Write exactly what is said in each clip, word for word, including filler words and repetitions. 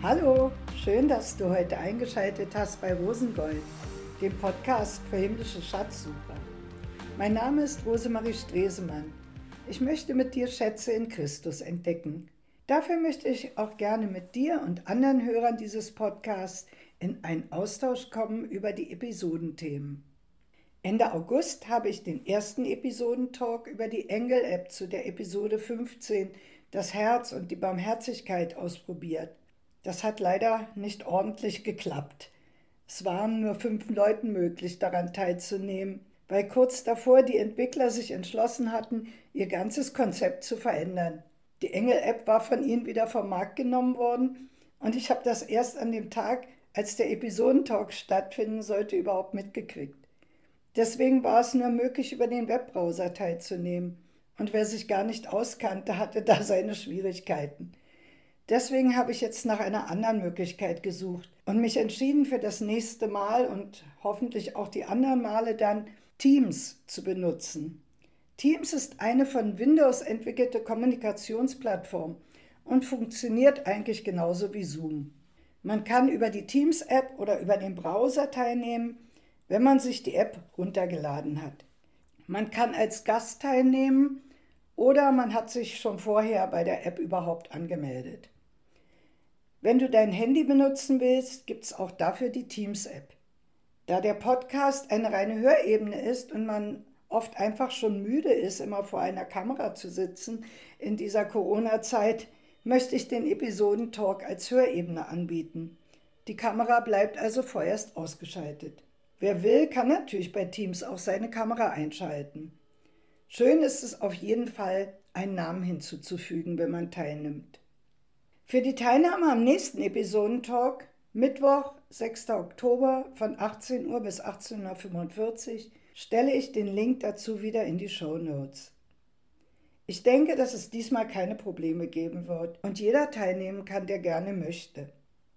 Hallo, schön, dass du heute eingeschaltet hast bei Rosengold, dem Podcast für himmlische Schatzsucher. Mein Name ist Rosemarie Stresemann. Ich möchte mit dir Schätze in Christus entdecken. Dafür möchte ich auch gerne mit dir und anderen Hörern dieses Podcasts in einen Austausch kommen über die Episodenthemen. Ende August habe ich den ersten Episodentalk über die Engel-App zu der Episode fünfzehn, das Herz und die Barmherzigkeit, ausprobiert. Das hat leider nicht ordentlich geklappt. Es waren nur fünf Leuten möglich, daran teilzunehmen, weil kurz davor die Entwickler sich entschlossen hatten, ihr ganzes Konzept zu verändern. Die Engel-App war von ihnen wieder vom Markt genommen worden und ich habe das erst an dem Tag, als der Episodentalk stattfinden sollte, überhaupt mitgekriegt. Deswegen war es nur möglich, über den Webbrowser teilzunehmen. Und wer sich gar nicht auskannte, hatte da seine Schwierigkeiten. Deswegen habe ich jetzt nach einer anderen Möglichkeit gesucht und mich entschieden, für das nächste Mal und hoffentlich auch die anderen Male dann Teams zu benutzen. Teams ist eine von Windows entwickelte Kommunikationsplattform und funktioniert eigentlich genauso wie Zoom. Man kann über die Teams-App oder über den Browser teilnehmen, wenn man sich die App runtergeladen hat. Man kann als Gast teilnehmen oder man hat sich schon vorher bei der App überhaupt angemeldet. Wenn du dein Handy benutzen willst, gibt es auch dafür die Teams-App. Da der Podcast eine reine Hörebene ist und man oft einfach schon müde ist, immer vor einer Kamera zu sitzen in dieser Corona-Zeit, möchte ich den Episodentalk als Hörebene anbieten. Die Kamera bleibt also vorerst ausgeschaltet. Wer will, kann natürlich bei Teams auch seine Kamera einschalten. Schön ist es auf jeden Fall, einen Namen hinzuzufügen, wenn man teilnimmt. Für die Teilnahme am nächsten Episodentalk, Mittwoch, sechster Oktober von achtzehn Uhr bis achtzehn Uhr fünfundvierzig, stelle ich den Link dazu wieder in die Shownotes. Ich denke, dass es diesmal keine Probleme geben wird und jeder teilnehmen kann, der gerne möchte.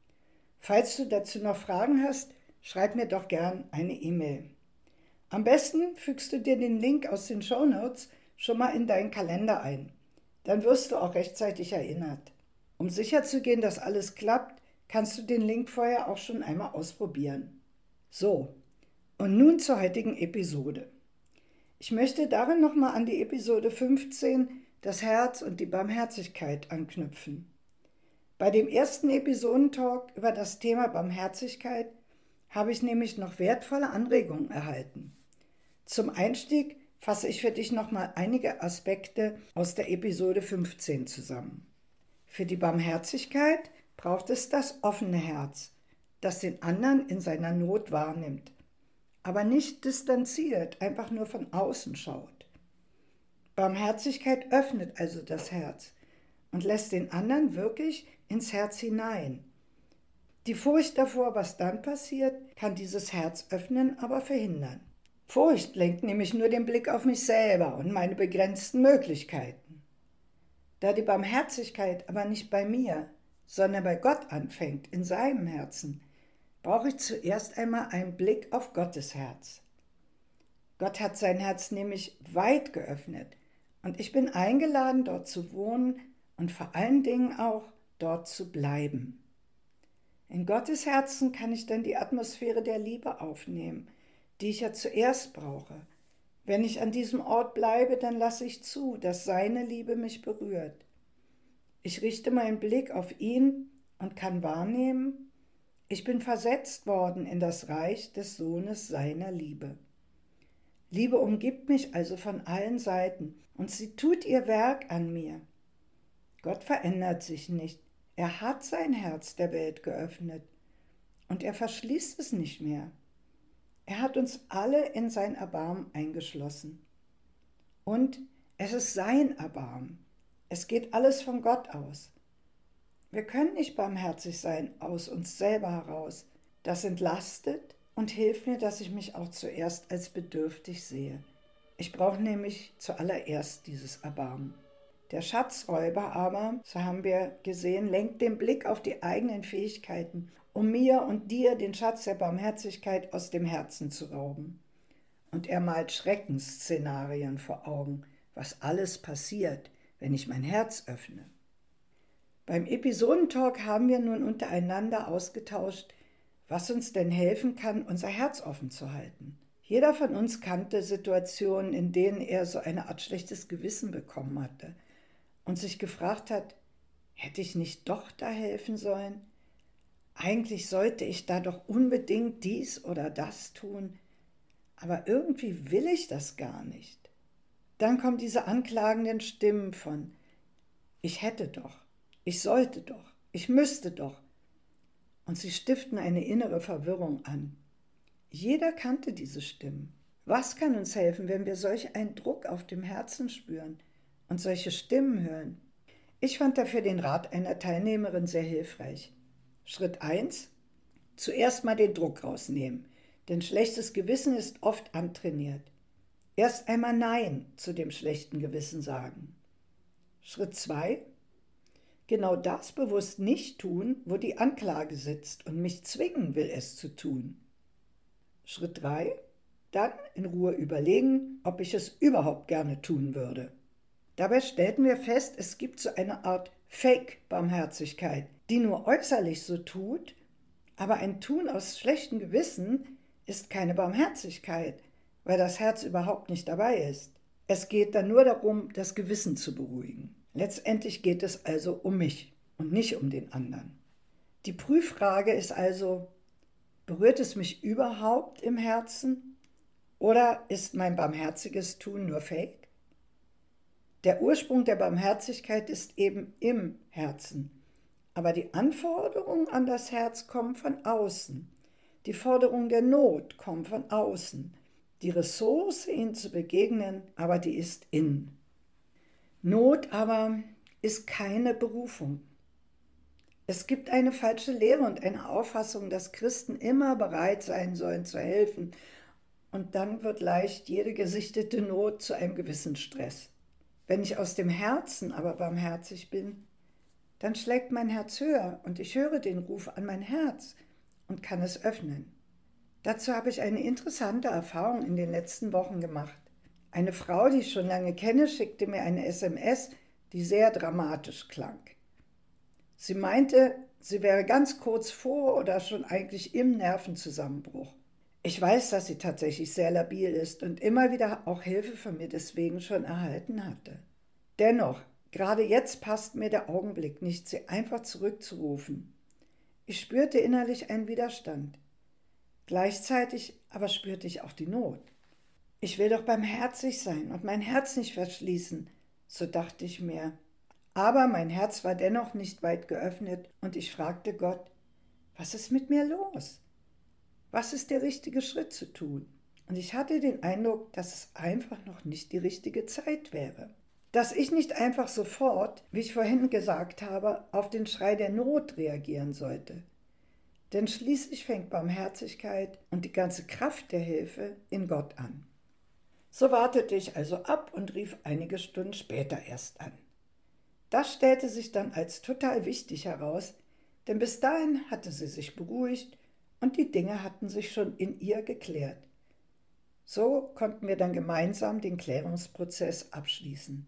Falls du dazu noch Fragen hast, schreib mir doch gern eine E-Mail. Am besten fügst du dir den Link aus den Shownotes schon mal in deinen Kalender ein. Dann wirst du auch rechtzeitig erinnert. Um sicherzugehen, dass alles klappt, kannst du den Link vorher auch schon einmal ausprobieren. So, und nun zur heutigen Episode. Ich möchte darin nochmal an die Episode fünfzehn, das Herz und die Barmherzigkeit, anknüpfen. Bei dem ersten Episodentalk über das Thema Barmherzigkeit habe ich nämlich noch wertvolle Anregungen erhalten. Zum Einstieg fasse ich für dich nochmal einige Aspekte aus der Episode fünfzehn zusammen. Für die Barmherzigkeit braucht es das offene Herz, das den anderen in seiner Not wahrnimmt, aber nicht distanziert, einfach nur von außen schaut. Barmherzigkeit öffnet also das Herz und lässt den anderen wirklich ins Herz hinein. Die Furcht davor, was dann passiert, kann dieses Herz öffnen, aber verhindern. Furcht lenkt nämlich nur den Blick auf mich selber und meine begrenzten Möglichkeiten. Da die Barmherzigkeit aber nicht bei mir, sondern bei Gott anfängt, in seinem Herzen, brauche ich zuerst einmal einen Blick auf Gottes Herz. Gott hat sein Herz nämlich weit geöffnet und ich bin eingeladen, dort zu wohnen und vor allen Dingen auch dort zu bleiben. In Gottes Herzen kann ich dann die Atmosphäre der Liebe aufnehmen, die ich ja zuerst brauche. Wenn ich an diesem Ort bleibe, dann lasse ich zu, dass seine Liebe mich berührt. Ich richte meinen Blick auf ihn und kann wahrnehmen, ich bin versetzt worden in das Reich des Sohnes seiner Liebe. Liebe umgibt mich also von allen Seiten und sie tut ihr Werk an mir. Gott verändert sich nicht. Er hat sein Herz der Welt geöffnet und er verschließt es nicht mehr. Er hat uns alle in sein Erbarmen eingeschlossen. Und es ist sein Erbarmen. Es geht alles von Gott aus. Wir können nicht barmherzig sein aus uns selber heraus. Das entlastet und hilft mir, dass ich mich auch zuerst als bedürftig sehe. Ich brauche nämlich zuallererst dieses Erbarmen. Der Schatzräuber aber, so haben wir gesehen, lenkt den Blick auf die eigenen Fähigkeiten, um mir und dir den Schatz der Barmherzigkeit aus dem Herzen zu rauben. Und er malt Schreckensszenarien vor Augen, was alles passiert, wenn ich mein Herz öffne. Beim Episodentalk haben wir nun untereinander ausgetauscht, was uns denn helfen kann, unser Herz offen zu halten. Jeder von uns kannte Situationen, in denen er so eine Art schlechtes Gewissen bekommen hatte und sich gefragt hat, hätte ich nicht doch da helfen sollen? Eigentlich sollte ich da doch unbedingt dies oder das tun, aber irgendwie will ich das gar nicht. Dann kommen diese anklagenden Stimmen von, ich hätte doch, ich sollte doch, ich müsste doch. Und sie stiften eine innere Verwirrung an. Jeder kannte diese Stimmen. Was kann uns helfen, wenn wir solch einen Druck auf dem Herzen spüren und solche Stimmen hören? Ich fand dafür den Rat einer Teilnehmerin sehr hilfreich. Schritt eins: Zuerst mal den Druck rausnehmen, denn schlechtes Gewissen ist oft antrainiert. Erst einmal Nein zu dem schlechten Gewissen sagen. Schritt zwei: Genau das bewusst nicht tun, wo die Anklage sitzt und mich zwingen will, es zu tun. Schritt drei: Dann in Ruhe überlegen, ob ich es überhaupt gerne tun würde. Dabei stellten wir fest, es gibt so eine Art Fake-Barmherzigkeit, die nur äußerlich so tut, aber ein Tun aus schlechtem Gewissen ist keine Barmherzigkeit, weil das Herz überhaupt nicht dabei ist. Es geht dann nur darum, das Gewissen zu beruhigen. Letztendlich geht es also um mich und nicht um den anderen. Die Prüffrage ist also, berührt es mich überhaupt im Herzen oder ist mein barmherziges Tun nur Fake? Der Ursprung der Barmherzigkeit ist eben im Herzen, aber die Anforderungen an das Herz kommen von außen. Die Forderung der Not kommt von außen. Die Ressource, ihnen zu begegnen, aber die ist innen. Not aber ist keine Berufung. Es gibt eine falsche Lehre und eine Auffassung, dass Christen immer bereit sein sollen zu helfen. Und dann wird leicht jede gesichtete Not zu einem gewissen Stress. Wenn ich aus dem Herzen aber barmherzig bin, dann schlägt mein Herz höher und ich höre den Ruf an mein Herz und kann es öffnen. Dazu habe ich eine interessante Erfahrung in den letzten Wochen gemacht. Eine Frau, die ich schon lange kenne, schickte mir eine S M S, die sehr dramatisch klang. Sie meinte, sie wäre ganz kurz vor oder schon eigentlich im Nervenzusammenbruch. Ich weiß, dass sie tatsächlich sehr labil ist und immer wieder auch Hilfe von mir deswegen schon erhalten hatte. Dennoch, gerade jetzt passt mir der Augenblick nicht, sie einfach zurückzurufen. Ich spürte innerlich einen Widerstand. Gleichzeitig aber spürte ich auch die Not. Ich will doch barmherzig sein und mein Herz nicht verschließen, so dachte ich mir. Aber mein Herz war dennoch nicht weit geöffnet und ich fragte Gott, was ist mit mir los? Was ist der richtige Schritt zu tun? Und ich hatte den Eindruck, dass es einfach noch nicht die richtige Zeit wäre. Dass ich nicht einfach sofort, wie ich vorhin gesagt habe, auf den Schrei der Not reagieren sollte. Denn schließlich fängt Barmherzigkeit und die ganze Kraft der Hilfe in Gott an. So wartete ich also ab und rief einige Stunden später erst an. Das stellte sich dann als total wichtig heraus, denn bis dahin hatte sie sich beruhigt und die Dinge hatten sich schon in ihr geklärt. So konnten wir dann gemeinsam den Klärungsprozess abschließen.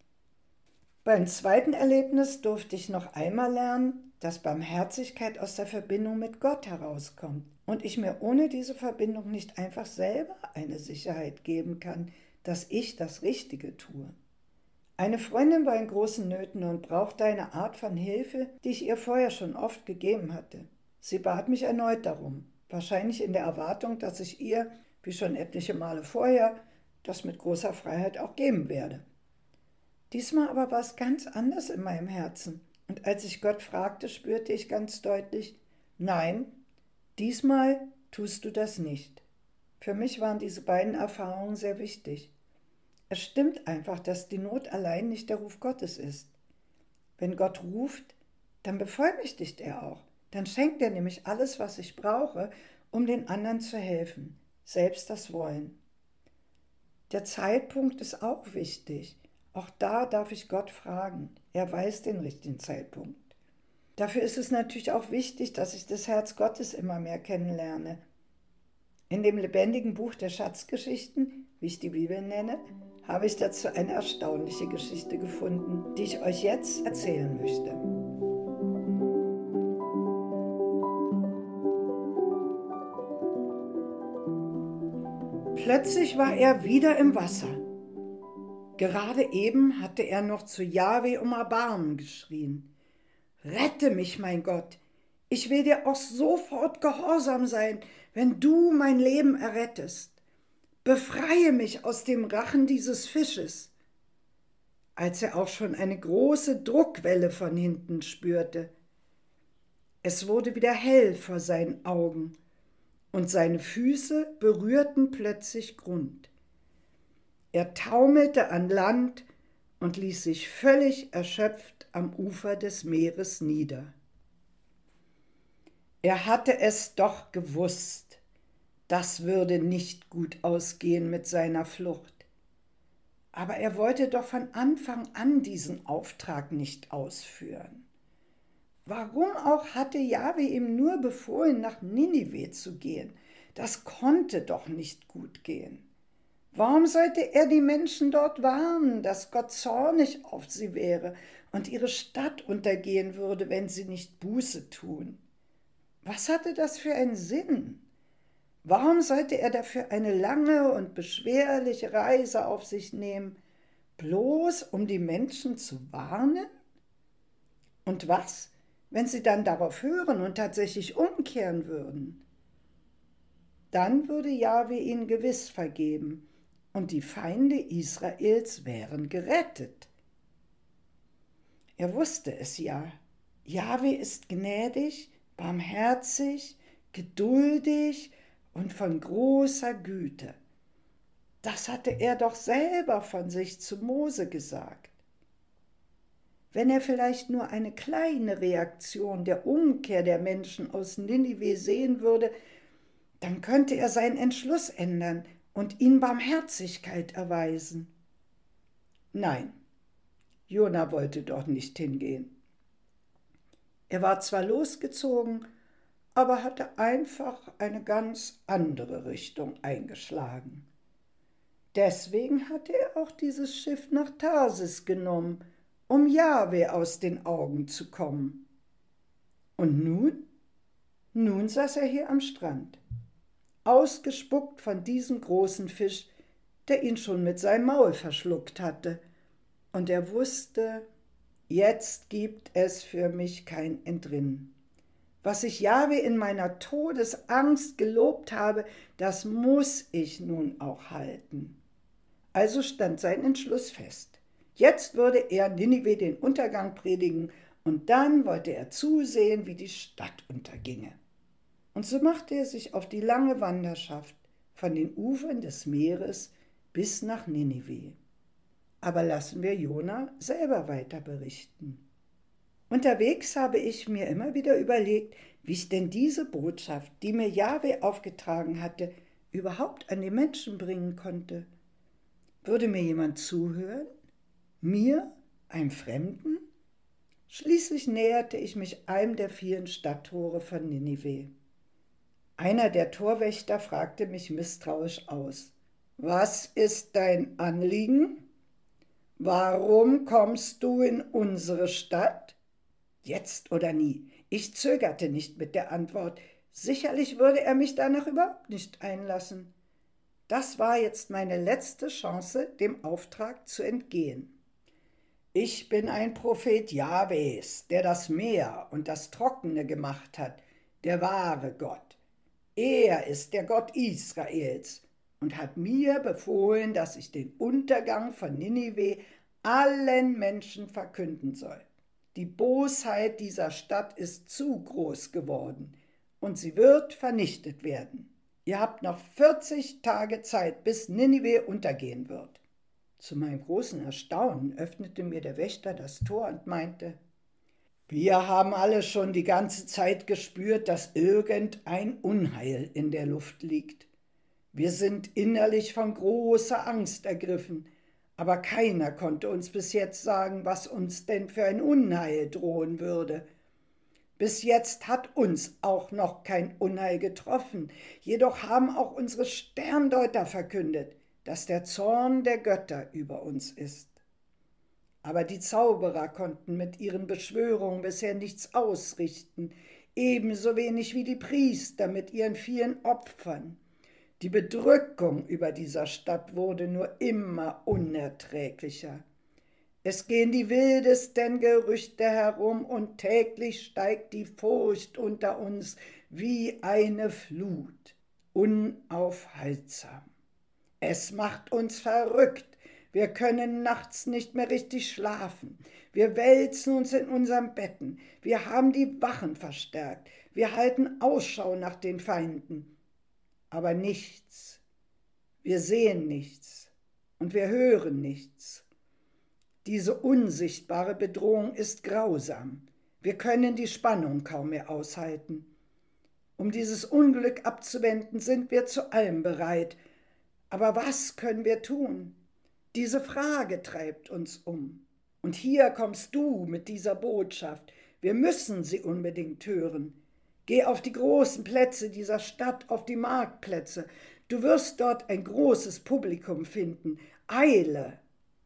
Beim zweiten Erlebnis durfte ich noch einmal lernen, dass Barmherzigkeit aus der Verbindung mit Gott herauskommt und ich mir ohne diese Verbindung nicht einfach selber eine Sicherheit geben kann, dass ich das Richtige tue. Eine Freundin war in großen Nöten und brauchte eine Art von Hilfe, die ich ihr vorher schon oft gegeben hatte. Sie bat mich erneut darum, wahrscheinlich in der Erwartung, dass ich ihr, wie schon etliche Male vorher, das mit großer Freiheit auch geben werde. Diesmal aber war es ganz anders in meinem Herzen. Und als ich Gott fragte, spürte ich ganz deutlich, nein, diesmal tust du das nicht. Für mich waren diese beiden Erfahrungen sehr wichtig. Es stimmt einfach, dass die Not allein nicht der Ruf Gottes ist. Wenn Gott ruft, dann bevollmächtigt er auch. Dann schenkt er nämlich alles, was ich brauche, um den anderen zu helfen, selbst das Wollen. Der Zeitpunkt ist auch wichtig. Auch da darf ich Gott fragen. Er weiß den richtigen Zeitpunkt. Dafür ist es natürlich auch wichtig, dass ich das Herz Gottes immer mehr kennenlerne. In dem lebendigen Buch der Schatzgeschichten, wie ich die Bibel nenne, habe ich dazu eine erstaunliche Geschichte gefunden, die ich euch jetzt erzählen möchte. Plötzlich war er wieder im Wasser. Gerade eben hatte er noch zu Jahwe um Erbarmen geschrien. Rette mich, mein Gott! Ich will dir auch sofort gehorsam sein, wenn du mein Leben errettest. Befreie mich aus dem Rachen dieses Fisches. Als er auch schon eine große Druckwelle von hinten spürte. Es wurde wieder hell vor seinen Augen und seine Füße berührten plötzlich Grund. Er taumelte an Land und ließ sich völlig erschöpft am Ufer des Meeres nieder. Er hatte es doch gewusst, das würde nicht gut ausgehen mit seiner Flucht. Aber er wollte doch von Anfang an diesen Auftrag nicht ausführen. Warum auch hatte Jahwe ihm nur befohlen, nach Ninive zu gehen? Das konnte doch nicht gut gehen. Warum sollte er die Menschen dort warnen, dass Gott zornig auf sie wäre und ihre Stadt untergehen würde, wenn sie nicht Buße tun? Was hatte das für einen Sinn? Warum sollte er dafür eine lange und beschwerliche Reise auf sich nehmen, bloß um die Menschen zu warnen? Und was, wenn sie dann darauf hören und tatsächlich umkehren würden? Dann würde Jahwe ihnen gewiss vergeben und die Feinde Israels wären gerettet. Er wusste es ja. Jahwe ist gnädig, barmherzig, geduldig und von großer Güte. Das hatte er doch selber von sich zu Mose gesagt. Wenn er vielleicht nur eine kleine Reaktion der Umkehr der Menschen aus Ninive sehen würde, dann könnte er seinen Entschluss ändern und ihnen Barmherzigkeit erweisen. Nein, Jona wollte doch nicht hingehen. Er war zwar losgezogen, aber hatte einfach eine ganz andere Richtung eingeschlagen. Deswegen hatte er auch dieses Schiff nach Tarsis genommen, um Jahwe aus den Augen zu kommen. Und nun? Nun saß er hier am Strand, ausgespuckt von diesem großen Fisch, der ihn schon mit seinem Maul verschluckt hatte. Und er wusste, jetzt gibt es für mich kein Entrinnen. Was ich Jahwe in meiner Todesangst gelobt habe, das muss ich nun auch halten. Also stand sein Entschluss fest. Jetzt würde er Ninive den Untergang predigen und dann wollte er zusehen, wie die Stadt unterginge. Und so machte er sich auf die lange Wanderschaft von den Ufern des Meeres bis nach Ninive. Aber lassen wir Jona selber weiter berichten. Unterwegs habe ich mir immer wieder überlegt, wie ich denn diese Botschaft, die mir Jahwe aufgetragen hatte, überhaupt an die Menschen bringen konnte. Würde mir jemand zuhören? Mir, einem Fremden? Schließlich näherte ich mich einem der vielen Stadttore von Ninive. Einer der Torwächter fragte mich misstrauisch aus. Was ist dein Anliegen? Warum kommst du in unsere Stadt? Jetzt oder nie. Ich zögerte nicht mit der Antwort. Sicherlich würde er mich danach überhaupt nicht einlassen. Das war jetzt meine letzte Chance, dem Auftrag zu entgehen. Ich bin ein Prophet Jahwes, der das Meer und das Trockene gemacht hat, der wahre Gott. Er ist der Gott Israels und hat mir befohlen, dass ich den Untergang von Ninive allen Menschen verkünden soll. Die Bosheit dieser Stadt ist zu groß geworden und sie wird vernichtet werden. Ihr habt noch vierzig Tage Zeit, bis Ninive untergehen wird. Zu meinem großen Erstaunen öffnete mir der Wächter das Tor und meinte, wir haben alle schon die ganze Zeit gespürt, dass irgendein Unheil in der Luft liegt. Wir sind innerlich von großer Angst ergriffen, aber keiner konnte uns bis jetzt sagen, was uns denn für ein Unheil drohen würde. Bis jetzt hat uns auch noch kein Unheil getroffen, jedoch haben auch unsere Sterndeuter verkündet, dass der Zorn der Götter über uns ist. Aber die Zauberer konnten mit ihren Beschwörungen bisher nichts ausrichten, ebenso wenig wie die Priester mit ihren vielen Opfern. Die Bedrückung über dieser Stadt wurde nur immer unerträglicher. Es gehen die wildesten Gerüchte herum und täglich steigt die Furcht unter uns wie eine Flut, unaufhaltsam. Es macht uns verrückt. Wir können nachts nicht mehr richtig schlafen. Wir wälzen uns in unseren Betten. Wir haben die Wachen verstärkt. Wir halten Ausschau nach den Feinden. Aber nichts. Wir sehen nichts und wir hören nichts. Diese unsichtbare Bedrohung ist grausam. Wir können die Spannung kaum mehr aushalten. Um dieses Unglück abzuwenden, sind wir zu allem bereit. Aber was können wir tun? Diese Frage treibt uns um. Und hier kommst du mit dieser Botschaft. Wir müssen sie unbedingt hören. Geh auf die großen Plätze dieser Stadt, auf die Marktplätze. Du wirst dort ein großes Publikum finden. Eile!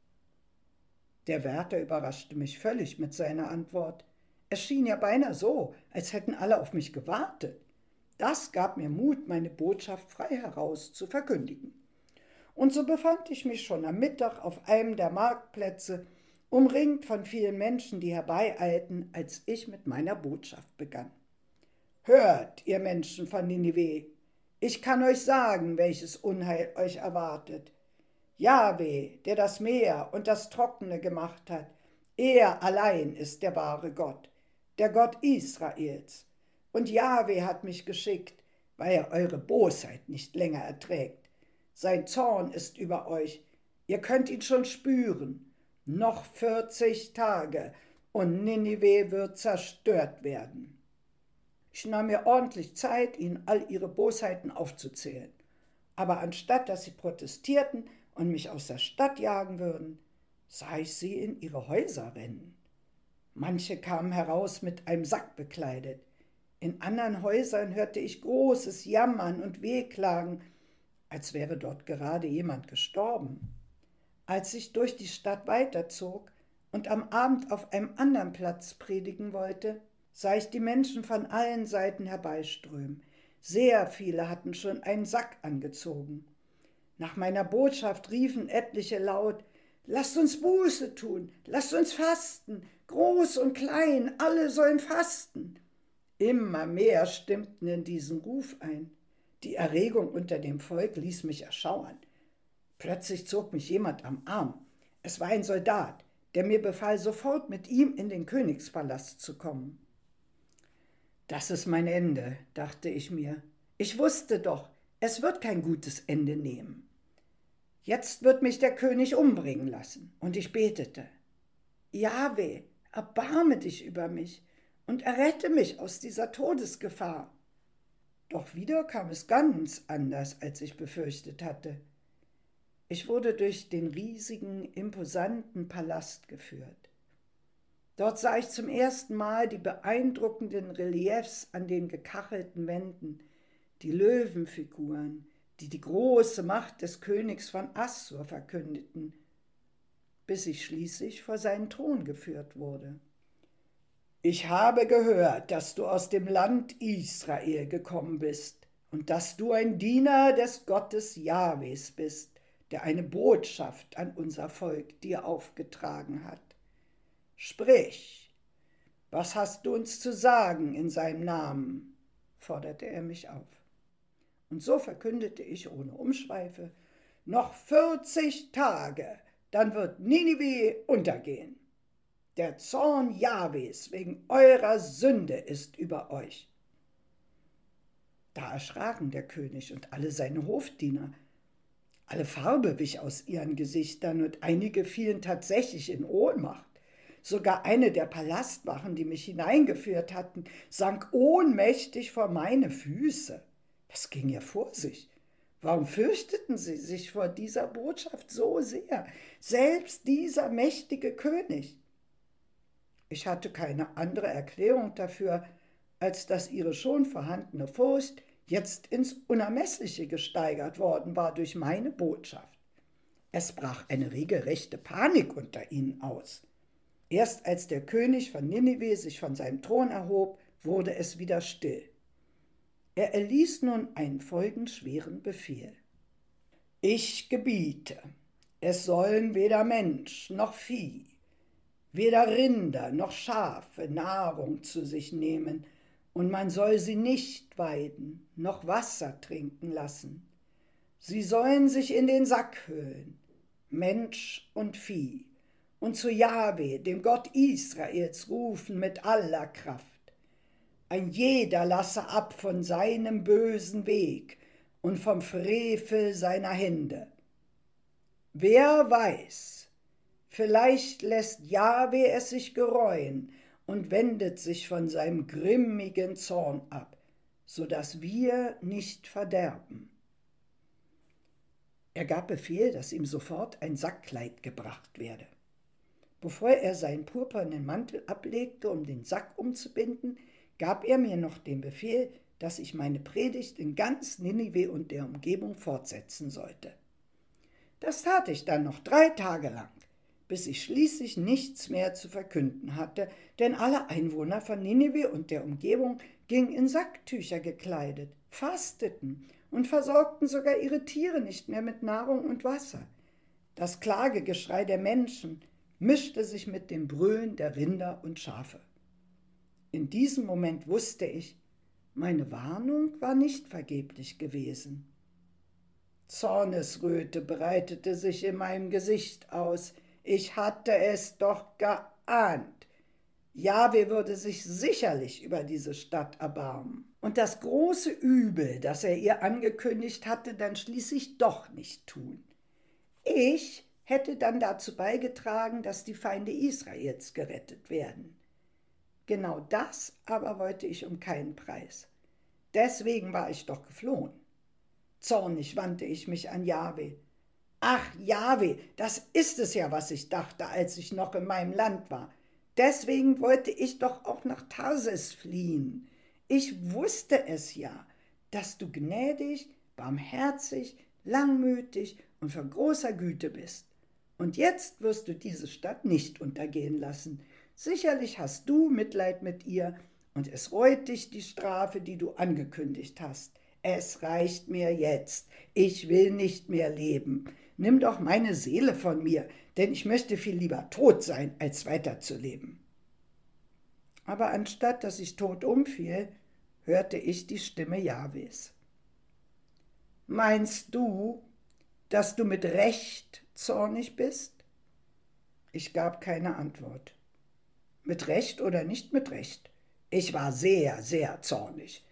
Der Wärter überraschte mich völlig mit seiner Antwort. Es schien ja beinahe so, als hätten alle auf mich gewartet. Das gab mir Mut, meine Botschaft frei heraus zu verkündigen. Und so befand ich mich schon am Mittag auf einem der Marktplätze, umringt von vielen Menschen, die herbeieilten, als ich mit meiner Botschaft begann. Hört, ihr Menschen von Ninive, ich kann euch sagen, welches Unheil euch erwartet. Jahwe, der das Meer und das Trockene gemacht hat, er allein ist der wahre Gott, der Gott Israels. Und Jahwe hat mich geschickt, weil er eure Bosheit nicht länger erträgt. Sein Zorn ist über euch, ihr könnt ihn schon spüren. Noch vierzig Tage und Ninive wird zerstört werden. Ich nahm mir ordentlich Zeit, ihnen all ihre Bosheiten aufzuzählen. Aber anstatt dass sie protestierten und mich aus der Stadt jagen würden, sah ich sie in ihre Häuser rennen. Manche kamen heraus mit einem Sack bekleidet. In anderen Häusern hörte ich großes Jammern und Wehklagen, als wäre dort gerade jemand gestorben. Als ich durch die Stadt weiterzog und am Abend auf einem anderen Platz predigen wollte, sah ich die Menschen von allen Seiten herbeiströmen. Sehr viele hatten schon einen Sack angezogen. Nach meiner Botschaft riefen etliche laut: Lasst uns Buße tun, lasst uns fasten, groß und klein, alle sollen fasten. Immer mehr stimmten in diesen Ruf ein. Die Erregung unter dem Volk ließ mich erschauern. Plötzlich zog mich jemand am Arm. Es war ein Soldat, der mir befahl, sofort mit ihm in den Königspalast zu kommen. Das ist mein Ende, dachte ich mir. Ich wusste doch, es wird kein gutes Ende nehmen. Jetzt wird mich der König umbringen lassen. Und ich betete: Jahwe, erbarme dich über mich und errette mich aus dieser Todesgefahr. Doch wieder kam es ganz anders, als ich befürchtet hatte. Ich wurde durch den riesigen, imposanten Palast geführt. Dort sah ich zum ersten Mal die beeindruckenden Reliefs an den gekachelten Wänden, die Löwenfiguren, die die große Macht des Königs von Assur verkündeten, bis ich schließlich vor seinen Thron geführt wurde. Ich habe gehört, dass du aus dem Land Israel gekommen bist und dass du ein Diener des Gottes Jahwes bist, der eine Botschaft an unser Volk dir aufgetragen hat. Sprich, was hast du uns zu sagen in seinem Namen? Forderte er mich auf. Und so verkündete ich ohne Umschweife: Noch vierzig Tage, dann wird Ninive untergehen. Der Zorn Jahwes wegen eurer Sünde ist über euch. Da erschraken der König und alle seine Hofdiener. Alle Farbe wich aus ihren Gesichtern und einige fielen tatsächlich in Ohnmacht. Sogar eine der Palastwachen, die mich hineingeführt hatten, sank ohnmächtig vor meine Füße. Was ging ihr vor sich? Warum fürchteten sie sich vor dieser Botschaft so sehr? Selbst dieser mächtige König. Ich hatte keine andere Erklärung dafür, als dass ihre schon vorhandene Furcht jetzt ins Unermessliche gesteigert worden war durch meine Botschaft. Es brach eine regelrechte Panik unter ihnen aus. Erst als der König von Ninive sich von seinem Thron erhob, wurde es wieder still. Er erließ nun einen folgenschweren Befehl. Ich gebiete, es sollen weder Mensch noch Vieh, weder Rinder noch Schafe Nahrung zu sich nehmen, und man soll sie nicht weiden, noch Wasser trinken lassen. Sie sollen sich in den Sack hüllen, Mensch und Vieh, und zu Jahwe, dem Gott Israels, rufen mit aller Kraft. Ein jeder lasse ab von seinem bösen Weg und vom Frevel seiner Hände. Wer weiß, vielleicht lässt Jahwe es sich gereuen und wendet sich von seinem grimmigen Zorn ab, so dass wir nicht verderben. Er gab Befehl, dass ihm sofort ein Sackkleid gebracht werde. Bevor er seinen purpurnen Mantel ablegte, um den Sack umzubinden, gab er mir noch den Befehl, dass ich meine Predigt in ganz Ninive und der Umgebung fortsetzen sollte. Das tat ich dann noch drei Tage lang, bis ich schließlich nichts mehr zu verkünden hatte, denn alle Einwohner von Ninive und der Umgebung gingen in Sacktücher gekleidet, fasteten und versorgten sogar ihre Tiere nicht mehr mit Nahrung und Wasser. Das Klagegeschrei der Menschen mischte sich mit dem Brüllen der Rinder und Schafe. In diesem Moment wusste ich, meine Warnung war nicht vergeblich gewesen. Zornesröte breitete sich in meinem Gesicht aus. Ich hatte es doch geahnt. Jahwe würde sich sicherlich über diese Stadt erbarmen und das große Übel, das er ihr angekündigt hatte, dann schließlich doch nicht tun. Ich hätte dann dazu beigetragen, dass die Feinde Israels gerettet werden. Genau das aber wollte ich um keinen Preis. Deswegen war ich doch geflohen. Zornig wandte ich mich an Jahwe. Ach, Jahwe, das ist es ja, was ich dachte, als ich noch in meinem Land war. Deswegen wollte ich doch auch nach Tarsis fliehen. Ich wusste es ja, dass du gnädig, barmherzig, langmütig und von großer Güte bist. Und jetzt wirst du diese Stadt nicht untergehen lassen. Sicherlich hast du Mitleid mit ihr und es reut dich die Strafe, die du angekündigt hast. Es reicht mir jetzt. Ich will nicht mehr leben. Nimm doch meine Seele von mir, denn ich möchte viel lieber tot sein, als weiterzuleben. Aber anstatt dass ich tot umfiel, hörte ich die Stimme Jahwes. Meinst du, dass du mit Recht zornig bist? Ich gab keine Antwort. Mit Recht oder nicht mit Recht? Ich war sehr, sehr zornig.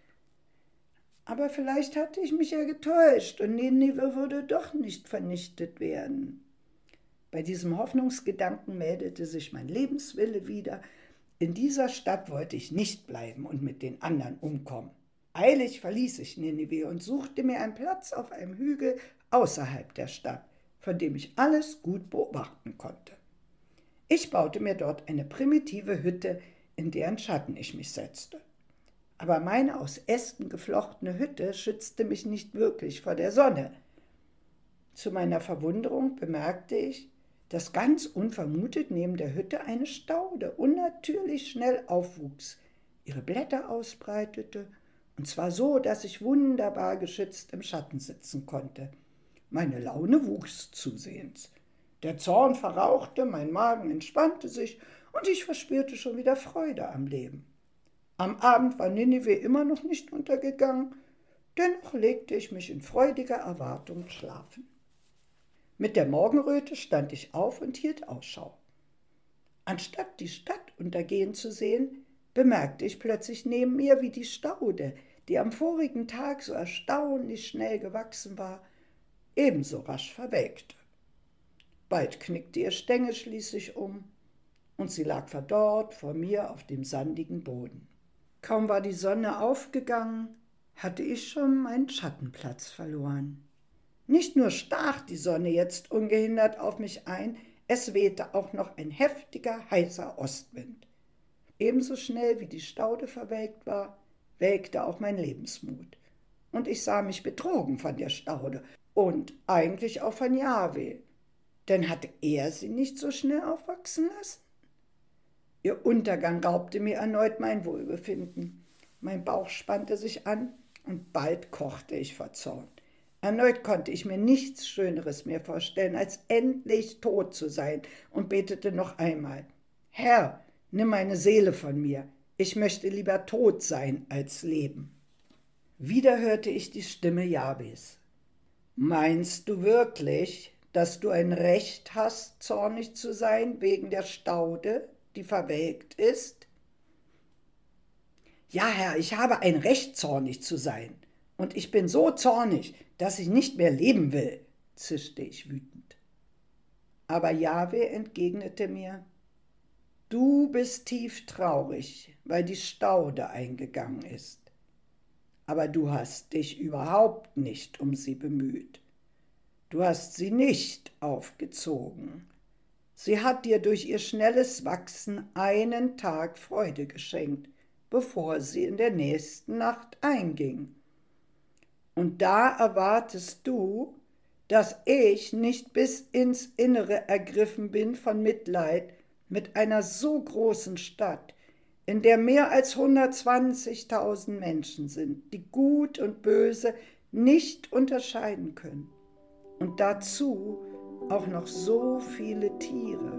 Aber vielleicht hatte ich mich ja getäuscht und Ninive würde doch nicht vernichtet werden. Bei diesem Hoffnungsgedanken meldete sich mein Lebenswille wieder. In dieser Stadt wollte ich nicht bleiben und mit den anderen umkommen. Eilig verließ ich Ninive und suchte mir einen Platz auf einem Hügel außerhalb der Stadt, von dem ich alles gut beobachten konnte. Ich baute mir dort eine primitive Hütte, in deren Schatten ich mich setzte. Aber meine aus Ästen geflochtene Hütte schützte mich nicht wirklich vor der Sonne. Zu meiner Verwunderung bemerkte ich, dass ganz unvermutet neben der Hütte eine Staude unnatürlich schnell aufwuchs, ihre Blätter ausbreitete, und zwar so, dass ich wunderbar geschützt im Schatten sitzen konnte. Meine Laune wuchs zusehends. Der Zorn verrauchte, mein Magen entspannte sich und ich verspürte schon wieder Freude am Leben. Am Abend war Ninive immer noch nicht untergegangen, dennoch legte ich mich in freudiger Erwartung schlafen. Mit der Morgenröte stand ich auf und hielt Ausschau. Anstatt die Stadt untergehen zu sehen, bemerkte ich plötzlich neben mir, wie die Staude, die am vorigen Tag so erstaunlich schnell gewachsen war, ebenso rasch verwelkte. Bald knickte ihr Stängel schließlich um und sie lag verdorrt vor mir auf dem sandigen Boden. Kaum war die Sonne aufgegangen, hatte ich schon meinen Schattenplatz verloren. Nicht nur stach die Sonne jetzt ungehindert auf mich ein, es wehte auch noch ein heftiger, heißer Ostwind. Ebenso schnell wie die Staude verwelkt war, welkte auch mein Lebensmut. Und ich sah mich betrogen von der Staude und eigentlich auch von Jahwe. Denn hatte er sie nicht so schnell aufwachsen lassen? Ihr Untergang raubte mir erneut mein Wohlbefinden. Mein Bauch spannte sich an Und bald kochte ich vor Zorn. Erneut konnte ich mir nichts Schöneres mehr vorstellen, als endlich tot zu sein und betete noch einmal: Herr, nimm meine Seele von mir. Ich möchte lieber tot sein als leben. Wieder hörte ich die Stimme Jahwes. Meinst du wirklich, dass du ein Recht hast, zornig zu sein wegen der Staude, die verwelkt ist? Ja, Herr, ich habe ein Recht, zornig zu sein. Und ich bin so zornig, dass ich nicht mehr leben will, zischte ich wütend. Aber Jahwe entgegnete mir: Du bist tief traurig, weil die Staude eingegangen ist. Aber du hast dich überhaupt nicht um sie bemüht. Du hast sie nicht aufgezogen. Sie hat dir durch ihr schnelles Wachsen einen Tag Freude geschenkt, bevor sie in der nächsten Nacht einging. Und da erwartest du, dass ich nicht bis ins Innere ergriffen bin von Mitleid mit einer so großen Stadt, in der mehr als hundertzwanzigtausend Menschen sind, die Gut und Böse nicht unterscheiden können. Und dazu auch noch so viele Tiere.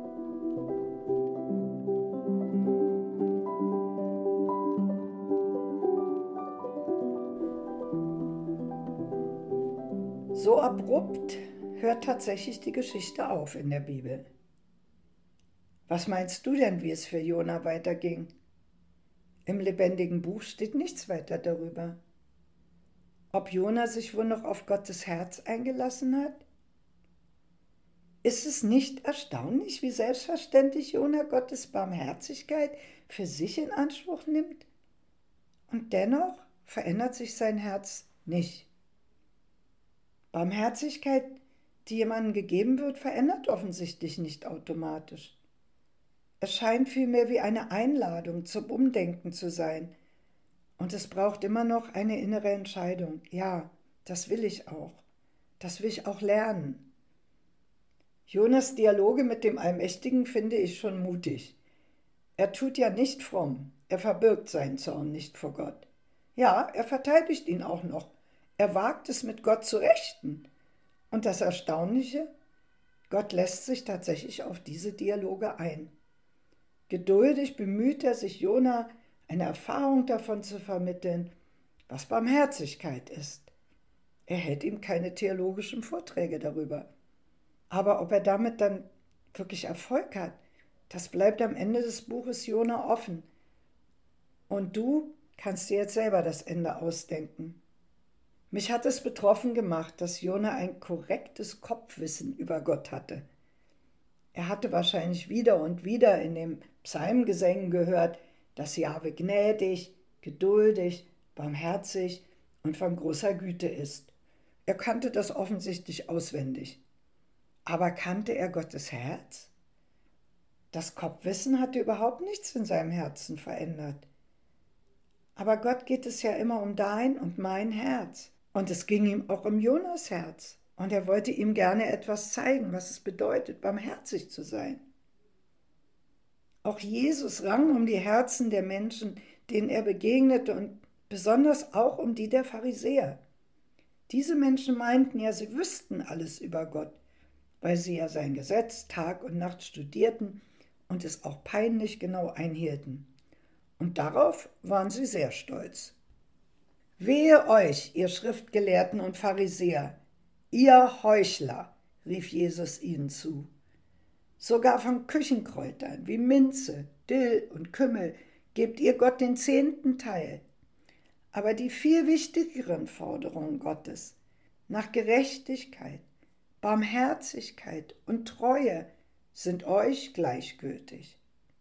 So abrupt hört tatsächlich die Geschichte auf in der Bibel. Was meinst du denn, wie es für Jona weiterging? Im lebendigen Buch steht nichts weiter darüber. Ob Jona sich wohl noch auf Gottes Herz eingelassen hat? Ist es nicht erstaunlich, wie selbstverständlich Jona Gottes Barmherzigkeit für sich in Anspruch nimmt? Und dennoch verändert sich sein Herz nicht. Barmherzigkeit, die jemandem gegeben wird, verändert offensichtlich nicht automatisch. Es scheint vielmehr wie eine Einladung zum Umdenken zu sein. Und es braucht immer noch eine innere Entscheidung. Ja, das will ich auch. Das will ich auch lernen. Jonas Dialoge mit dem Allmächtigen finde ich schon mutig. Er tut ja nicht fromm. Er verbirgt seinen Zorn nicht vor Gott. Ja, er verteidigt ihn auch noch. Er wagt es, mit Gott zu rechten. Und das Erstaunliche, Gott lässt sich tatsächlich auf diese Dialoge ein. Geduldig bemüht er sich, Jona eine Erfahrung davon zu vermitteln, was Barmherzigkeit ist. Er hält ihm keine theologischen Vorträge darüber. Aber ob er damit dann wirklich Erfolg hat, das bleibt am Ende des Buches Jona offen. Und du kannst dir jetzt selber das Ende ausdenken. Mich hat es betroffen gemacht, dass Jona ein korrektes Kopfwissen über Gott hatte. Er hatte wahrscheinlich wieder und wieder in den Psalmgesängen gehört, dass Jahwe gnädig, geduldig, barmherzig und von großer Güte ist. Er kannte das offensichtlich auswendig. Aber kannte er Gottes Herz? Das Kopfwissen hatte überhaupt nichts in seinem Herzen verändert. Aber Gott geht es ja immer um dein und mein Herz. Und es ging ihm auch um Jonas Herz. Und er wollte ihm gerne etwas zeigen, was es bedeutet, barmherzig zu sein. Auch Jesus rang um die Herzen der Menschen, denen er begegnete, und besonders auch um die der Pharisäer. Diese Menschen meinten ja, sie wüssten alles über Gott, weil sie ja sein Gesetz Tag und Nacht studierten und es auch peinlich genau einhielten. Und darauf waren sie sehr stolz. Wehe euch, ihr Schriftgelehrten und Pharisäer, ihr Heuchler, rief Jesus ihnen zu. Sogar von Küchenkräutern wie Minze, Dill und Kümmel gebt ihr Gott den zehnten Teil. Aber die viel wichtigeren Forderungen Gottes nach Gerechtigkeit, Barmherzigkeit und Treue sind euch gleichgültig.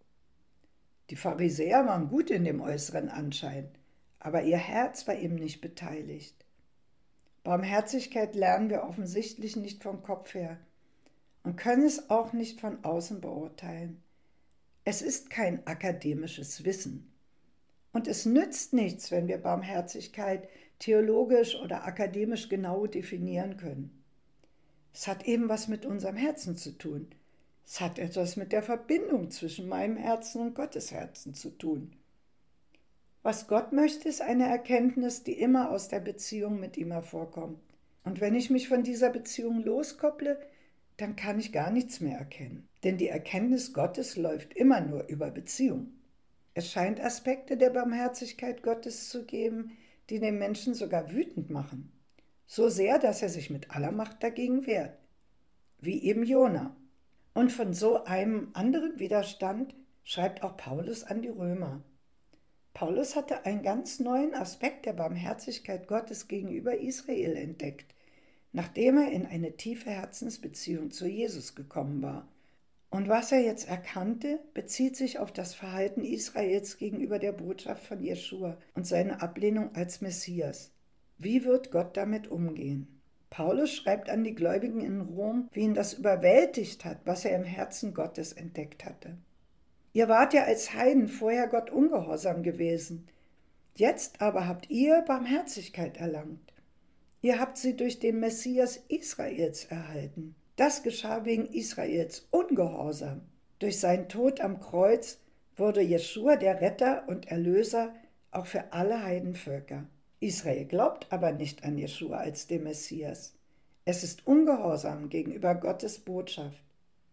Die Pharisäer waren gut in dem äußeren Anschein, aber ihr Herz war eben nicht beteiligt. Barmherzigkeit lernen wir offensichtlich nicht vom Kopf her und können es auch nicht von außen beurteilen. Es ist kein akademisches Wissen. Und es nützt nichts, wenn wir Barmherzigkeit theologisch oder akademisch genau definieren können. Es hat eben was mit unserem Herzen zu tun. Es hat etwas mit der Verbindung zwischen meinem Herzen und Gottes Herzen zu tun. Was Gott möchte, ist eine Erkenntnis, die immer aus der Beziehung mit ihm hervorkommt. Und wenn ich mich von dieser Beziehung loskopple, dann kann ich gar nichts mehr erkennen. Denn die Erkenntnis Gottes läuft immer nur über Beziehung. Es scheint Aspekte der Barmherzigkeit Gottes zu geben, die den Menschen sogar wütend machen. So sehr, dass er sich mit aller Macht dagegen wehrt. Wie eben Jona. Und von so einem anderen Widerstand schreibt auch Paulus an die Römer. Paulus hatte einen ganz neuen Aspekt der Barmherzigkeit Gottes gegenüber Israel entdeckt, nachdem er in eine tiefe Herzensbeziehung zu Jesus gekommen war. Und was er jetzt erkannte, bezieht sich auf das Verhalten Israels gegenüber der Botschaft von Jeschua und seine Ablehnung als Messias. Wie wird Gott damit umgehen? Paulus schreibt an die Gläubigen in Rom, wie ihn das überwältigt hat, was er im Herzen Gottes entdeckt hatte. Ihr wart ja als Heiden vorher Gott ungehorsam gewesen. Jetzt aber habt ihr Barmherzigkeit erlangt. Ihr habt sie durch den Messias Israels erhalten. Das geschah wegen Israels Ungehorsam. Durch seinen Tod am Kreuz wurde Jeschua der Retter und Erlöser auch für alle Heidenvölker. Israel glaubt aber nicht an Jeschua als den Messias. Es ist ungehorsam gegenüber Gottes Botschaft.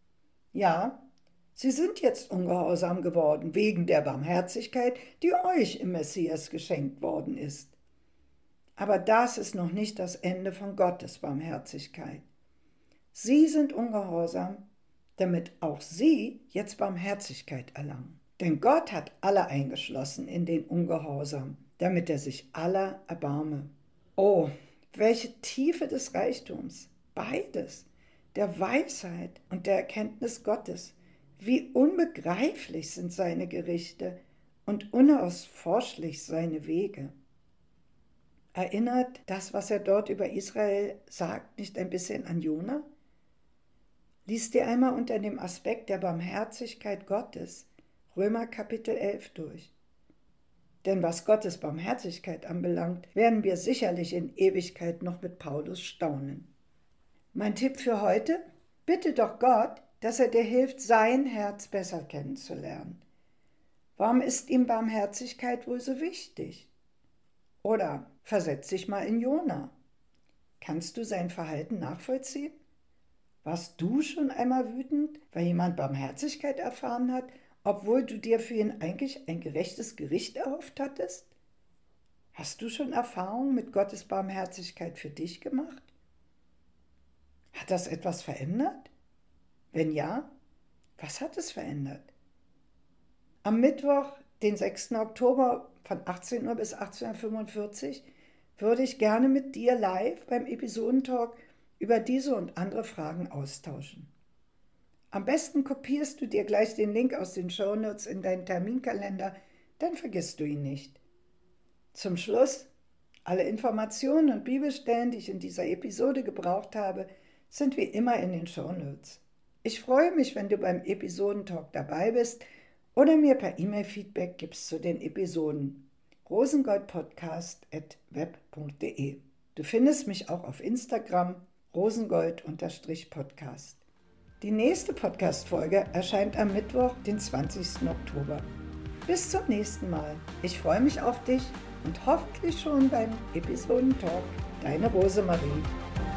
Ja, sie sind jetzt ungehorsam geworden wegen der Barmherzigkeit, die euch im Messias geschenkt worden ist. Aber das ist noch nicht das Ende von Gottes Barmherzigkeit. Sie sind ungehorsam, damit auch sie jetzt Barmherzigkeit erlangen. Denn Gott hat alle eingeschlossen in den Ungehorsam, damit er sich aller erbarme. Oh, welche Tiefe des Reichtums! Beides, der Weisheit und der Erkenntnis Gottes. Wie unbegreiflich sind seine Gerichte und unausforschlich seine Wege. Erinnert das, was er dort über Israel sagt, nicht ein bisschen an Jona? Lies dir einmal unter dem Aspekt der Barmherzigkeit Gottes Römer Kapitel elf durch. Denn was Gottes Barmherzigkeit anbelangt, werden wir sicherlich in Ewigkeit noch mit Paulus staunen. Mein Tipp für heute? Bitte doch Gott, dass er dir hilft, sein Herz besser kennenzulernen. Warum ist ihm Barmherzigkeit wohl so wichtig? Oder versetz dich mal in Jona. Kannst du sein Verhalten nachvollziehen? Warst du schon einmal wütend, weil jemand Barmherzigkeit erfahren hat, obwohl du dir für ihn eigentlich ein gerechtes Gericht erhofft hattest? Hast du schon Erfahrungen mit Gottes Barmherzigkeit für dich gemacht? Hat das etwas verändert? Wenn ja, was hat es verändert? Am Mittwoch, den sechsten Oktober von achtzehn Uhr bis achtzehn Uhr fünfundvierzig, würde ich gerne mit dir live beim Episodentalk über diese und andere Fragen austauschen. Am besten kopierst du dir gleich den Link aus den Shownotes in deinen Terminkalender, dann vergisst du ihn nicht. Zum Schluss, alle Informationen und Bibelstellen, die ich in dieser Episode gebraucht habe, sind wie immer in den Shownotes. Ich freue mich, wenn du beim Episodentalk dabei bist oder mir per E-Mail Feedback gibst zu den Episoden. rosengoldpodcast at web punkt de. Du findest mich auch auf Instagram rosengold-podcast. Die nächste Podcast-Folge erscheint am Mittwoch, den zwanzigsten Oktober. Bis zum nächsten Mal. Ich freue mich auf dich und hoffentlich schon beim Episodentalk. Deine Rosemarie.